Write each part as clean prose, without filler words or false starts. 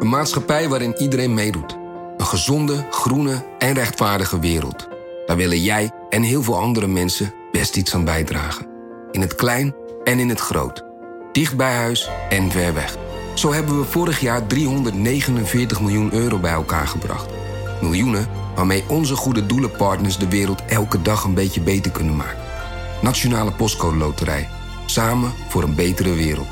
Een maatschappij waarin iedereen meedoet. Een gezonde, groene en rechtvaardige wereld. Daar willen jij en heel veel andere mensen best iets aan bijdragen. In het klein en in het groot. Dicht bij huis en ver weg. Zo hebben we vorig jaar 349 miljoen euro bij elkaar gebracht. Miljoenen waarmee onze goede doelenpartners de wereld elke dag een beetje beter kunnen maken. Nationale Postcode Loterij. Samen voor een betere wereld.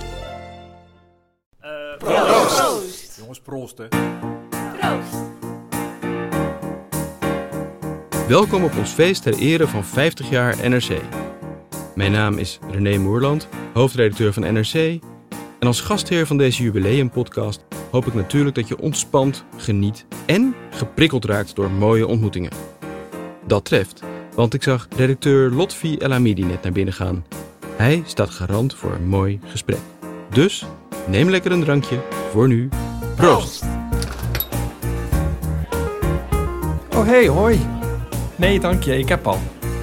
Proost! Jongens, proost hè. Proost! Welkom op ons feest ter ere van 50 jaar NRC. Mijn naam is René Moerland, hoofdredacteur van NRC. En als gastheer van deze jubileumpodcast hoop ik natuurlijk dat je ontspant, geniet en geprikkeld raakt door mooie ontmoetingen. Dat treft, want ik zag redacteur Lotfi El Hamidi net naar binnen gaan. Hij staat garant voor een mooi gesprek. Dus neem lekker een drankje. Voor nu, proost! Oh hey, hoi. Nee, dank je, ik heb al.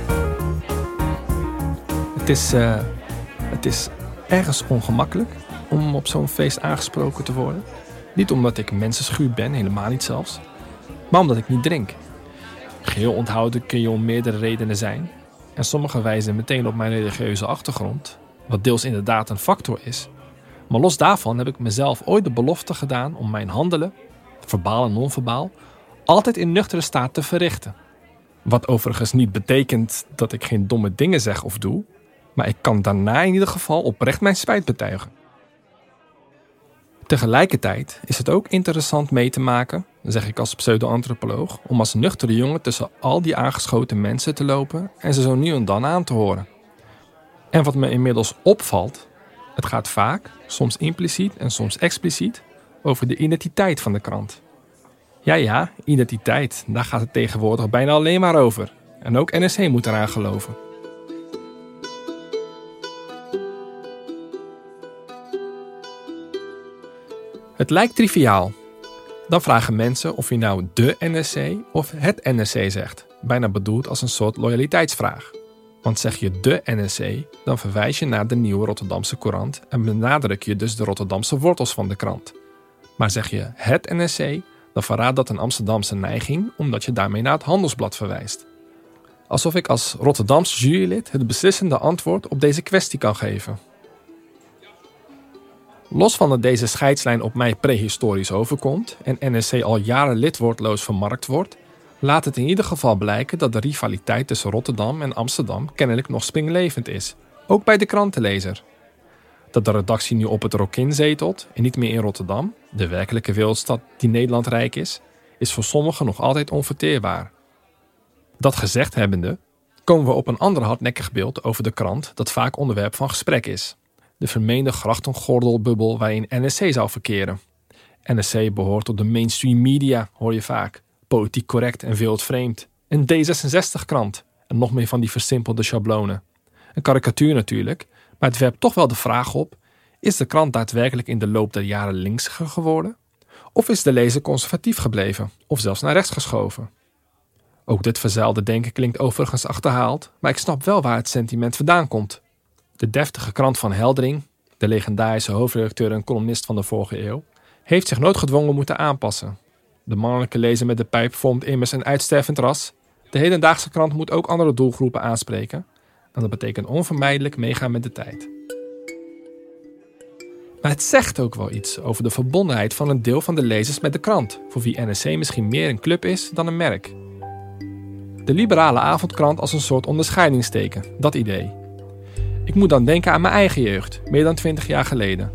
Het is ergens ongemakkelijk om op zo'n feest aangesproken te worden. Niet omdat ik mensenschuw ben, helemaal niet zelfs. Maar omdat ik niet drink. Geheel onthouden kun je om meerdere redenen zijn. En sommige wijzen meteen op mijn religieuze achtergrond. Wat deels inderdaad een factor is. Maar los daarvan heb ik mezelf ooit de belofte gedaan om mijn handelen, verbaal en non-verbaal, altijd in nuchtere staat te verrichten. Wat overigens niet betekent dat ik geen domme dingen zeg of doe, maar ik kan daarna in ieder geval oprecht mijn spijt betuigen. Tegelijkertijd is het ook interessant mee te maken, zeg ik als pseudo-antropoloog, om als nuchtere jongen tussen al die aangeschoten mensen te lopen en ze zo nu en dan aan te horen. En wat me inmiddels opvalt, het gaat vaak, soms impliciet en soms expliciet, over de identiteit van de krant. Ja, identiteit, daar gaat het tegenwoordig bijna alleen maar over. En ook NRC moet eraan geloven. Het lijkt triviaal. Dan vragen mensen of je nou de NRC of het NRC zegt. Bijna bedoeld als een soort loyaliteitsvraag. Want zeg je de NRC, dan verwijs je naar de Nieuwe Rotterdamse Courant en benadruk je dus de Rotterdamse wortels van de krant. Maar zeg je het NRC, dan verraadt dat een Amsterdamse neiging, omdat je daarmee naar het Handelsblad verwijst. Alsof ik als Rotterdams jurylid het beslissende antwoord op deze kwestie kan geven. Los van dat deze scheidslijn op mij prehistorisch overkomt en NRC al jaren lidwoordloos vermarkt wordt, laat het in ieder geval blijken dat de rivaliteit tussen Rotterdam en Amsterdam kennelijk nog springlevend is. Ook bij de krantenlezer. Dat de redactie nu op het Rokin zetelt en niet meer in Rotterdam, de werkelijke wereldstad die Nederland rijk is voor sommigen nog altijd onverteerbaar. Dat gezegd hebbende, komen we op een ander hardnekkig beeld over de krant dat vaak onderwerp van gesprek is. De vermeende grachtengordelbubbel waarin NRC zou verkeren. NRC behoort tot de mainstream media, hoor je vaak. Politiek correct en wereldvreemd. Een D66-krant. En nog meer van die versimpelde schablonen. Een karikatuur natuurlijk, maar het werpt toch wel de vraag op: is de krant daadwerkelijk in de loop der jaren linksiger geworden? Of is de lezer conservatief gebleven, of zelfs naar rechts geschoven? Ook dit verzuilde denken klinkt overigens achterhaald, maar ik snap wel waar het sentiment vandaan komt. De deftige krant van Heldering, de legendarische hoofdredacteur en columnist van de vorige eeuw, heeft zich nooit gedwongen moeten aanpassen. De mannelijke lezer met de pijp vormt immers een uitstervend ras. De hedendaagse krant moet ook andere doelgroepen aanspreken. En dat betekent onvermijdelijk meegaan met de tijd. Maar het zegt ook wel iets over de verbondenheid van een deel van de lezers met de krant, voor wie NRC misschien meer een club is dan een merk. De liberale avondkrant als een soort onderscheidingsteken, dat idee. Ik moet dan denken aan mijn eigen jeugd, meer dan 20 jaar geleden.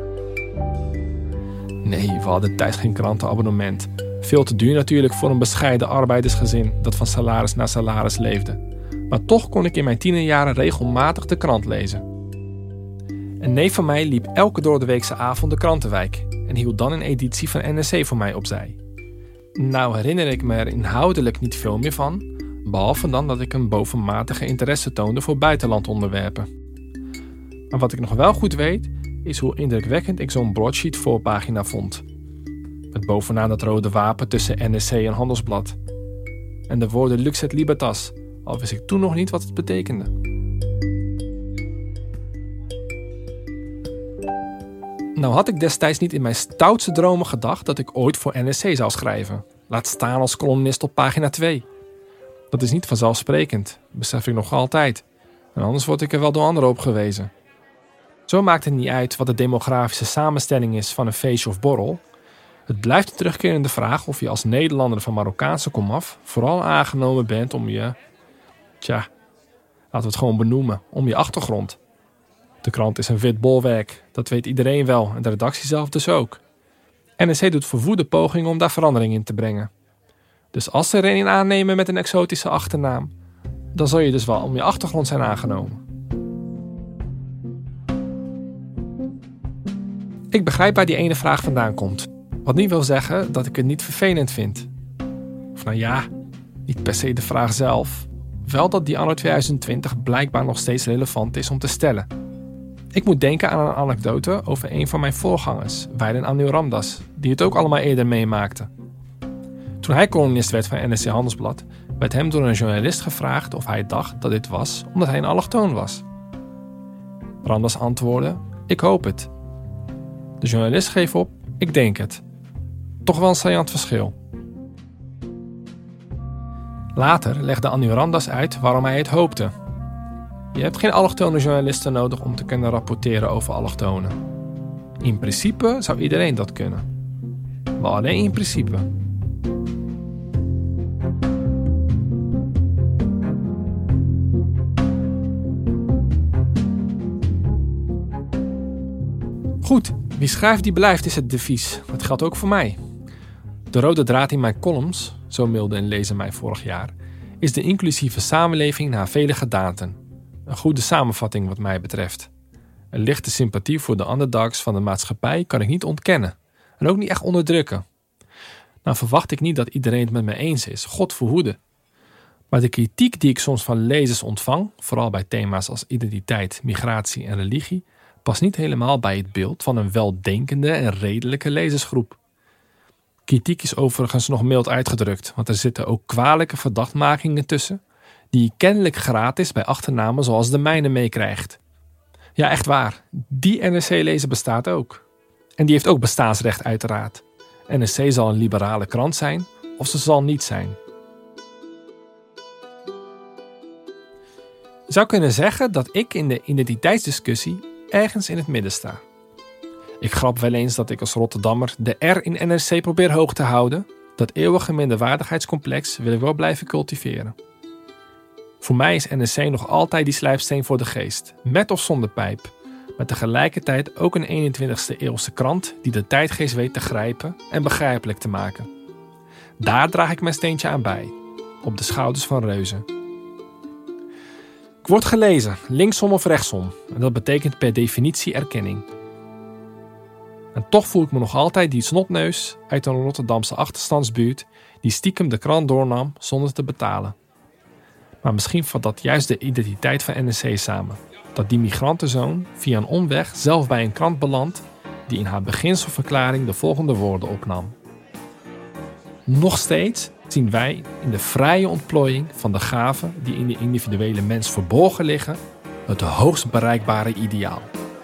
Nee, we hadden thuis geen krantenabonnement. Veel te duur natuurlijk voor een bescheiden arbeidersgezin dat van salaris naar salaris leefde. Maar toch kon ik in mijn tienerjaren regelmatig de krant lezen. Een neef van mij liep elke doordeweekse avond de krantenwijk en hield dan een editie van NRC voor mij opzij. Nou herinner ik me er inhoudelijk niet veel meer van, behalve dan dat ik een bovenmatige interesse toonde voor buitenlandonderwerpen. Maar wat ik nog wel goed weet, is hoe indrukwekkend ik zo'n broadsheet voorpagina vond. Met bovenaan dat rode wapen tussen NRC en Handelsblad. En de woorden Lux et Libertas, al wist ik toen nog niet wat het betekende. Nou had ik destijds niet in mijn stoutste dromen gedacht dat ik ooit voor NRC zou schrijven. Laat staan als columnist op pagina 2. Dat is niet vanzelfsprekend, besef ik nog altijd. En anders word ik er wel door anderen op gewezen. Zo maakt het niet uit wat de demografische samenstelling is van een feestje of borrel. Het blijft een terugkerende vraag of je als Nederlander van Marokkaanse komaf vooral aangenomen bent om je... laten we het gewoon benoemen, om je achtergrond. De krant is een wit bolwerk, dat weet iedereen wel en de redactie zelf dus ook. NRC doet verwoede pogingen om daar verandering in te brengen. Dus als ze er een aannemen met een exotische achternaam, dan zul je dus wel om je achtergrond zijn aangenomen. Ik begrijp waar die ene vraag vandaan komt. Wat niet wil zeggen dat ik het niet vervelend vind. Of nou ja, niet per se de vraag zelf. Wel dat die anno 2020 blijkbaar nog steeds relevant is om te stellen. Ik moet denken aan een anekdote over een van mijn voorgangers, Wijlen Anil Ramdas, die het ook allemaal eerder meemaakte. Toen hij columnist werd van NRC Handelsblad, werd hem door een journalist gevraagd of hij dacht dat dit was omdat hij een allochtoon was. Ramdas antwoordde, ik hoop het. De journalist geeft op, ik denk het. Toch wel een saillant verschil. Later legde Anil Ramdas uit waarom hij het hoopte. Je hebt geen allochtone journalisten nodig om te kunnen rapporteren over allochtonen. In principe zou iedereen dat kunnen. Maar alleen in principe. Goed, wie schrijft die blijft is het devies. Dat geldt ook voor mij. De rode draad in mijn columns, zo mailde een lezer mij vorig jaar, is de inclusieve samenleving naar vele gedaanten. Een goede samenvatting wat mij betreft. Een lichte sympathie voor de underdogs van de maatschappij kan ik niet ontkennen. En ook niet echt onderdrukken. Nou verwacht ik niet dat iedereen het met me eens is, God verhoede. Maar de kritiek die ik soms van lezers ontvang, vooral bij thema's als identiteit, migratie en religie, past niet helemaal bij het beeld van een weldenkende en redelijke lezersgroep. Kritiek is overigens nog mild uitgedrukt, want er zitten ook kwalijke verdachtmakingen tussen, die je kennelijk gratis bij achternamen zoals de mijne meekrijgt. Ja, echt waar. Die NRC-lezer bestaat ook. En die heeft ook bestaansrecht uiteraard. NRC zal een liberale krant zijn, of ze zal niet zijn. Je zou kunnen zeggen dat ik in de identiteitsdiscussie ergens in het midden sta. Ik grap wel eens dat ik als Rotterdammer de R in NRC probeer hoog te houden. Dat eeuwige minderwaardigheidscomplex wil ik wel blijven cultiveren. Voor mij is NRC nog altijd die slijpsteen voor de geest, met of zonder pijp. Maar tegelijkertijd ook een 21e eeuwse krant die de tijdgeest weet te grijpen en begrijpelijk te maken. Daar draag ik mijn steentje aan bij, op de schouders van reuzen. Ik word gelezen, linksom of rechtsom, en dat betekent per definitie erkenning. En toch voel ik me nog altijd die snotneus uit een Rotterdamse achterstandsbuurt die stiekem de krant doornam zonder te betalen. Maar misschien vat dat juist de identiteit van NRC samen. Dat die migrantenzoon via een omweg zelf bij een krant belandt die in haar beginselverklaring de volgende woorden opnam. Nog steeds zien wij in de vrije ontplooiing van de gaven die in de individuele mens verborgen liggen het hoogst bereikbare ideaal.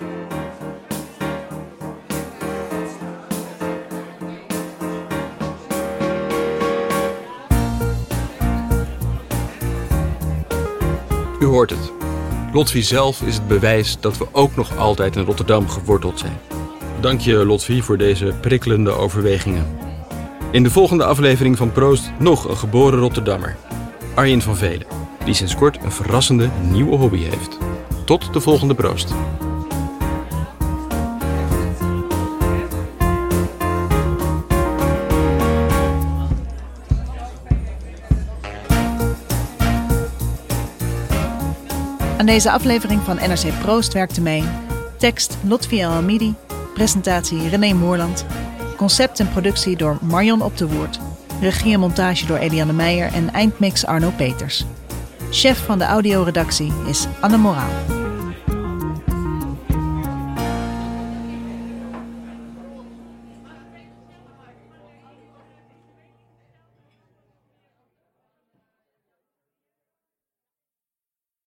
U hoort het. Lotfi zelf is het bewijs dat we ook nog altijd in Rotterdam geworteld zijn. Dank je, Lotfi, voor deze prikkelende overwegingen. In de volgende aflevering van Proost nog een geboren Rotterdammer. Arjen van Velen, die sinds kort een verrassende nieuwe hobby heeft. Tot de volgende Proost. Aan deze aflevering van NRC Proost werkte mee tekst Lotfi El-Hamidi, presentatie René Moerland, concept en productie door Marion Op de Woerd, regie en montage door Eliane Meijer en eindmix Arno Peters. Chef van de audioredactie is Anne Moraal.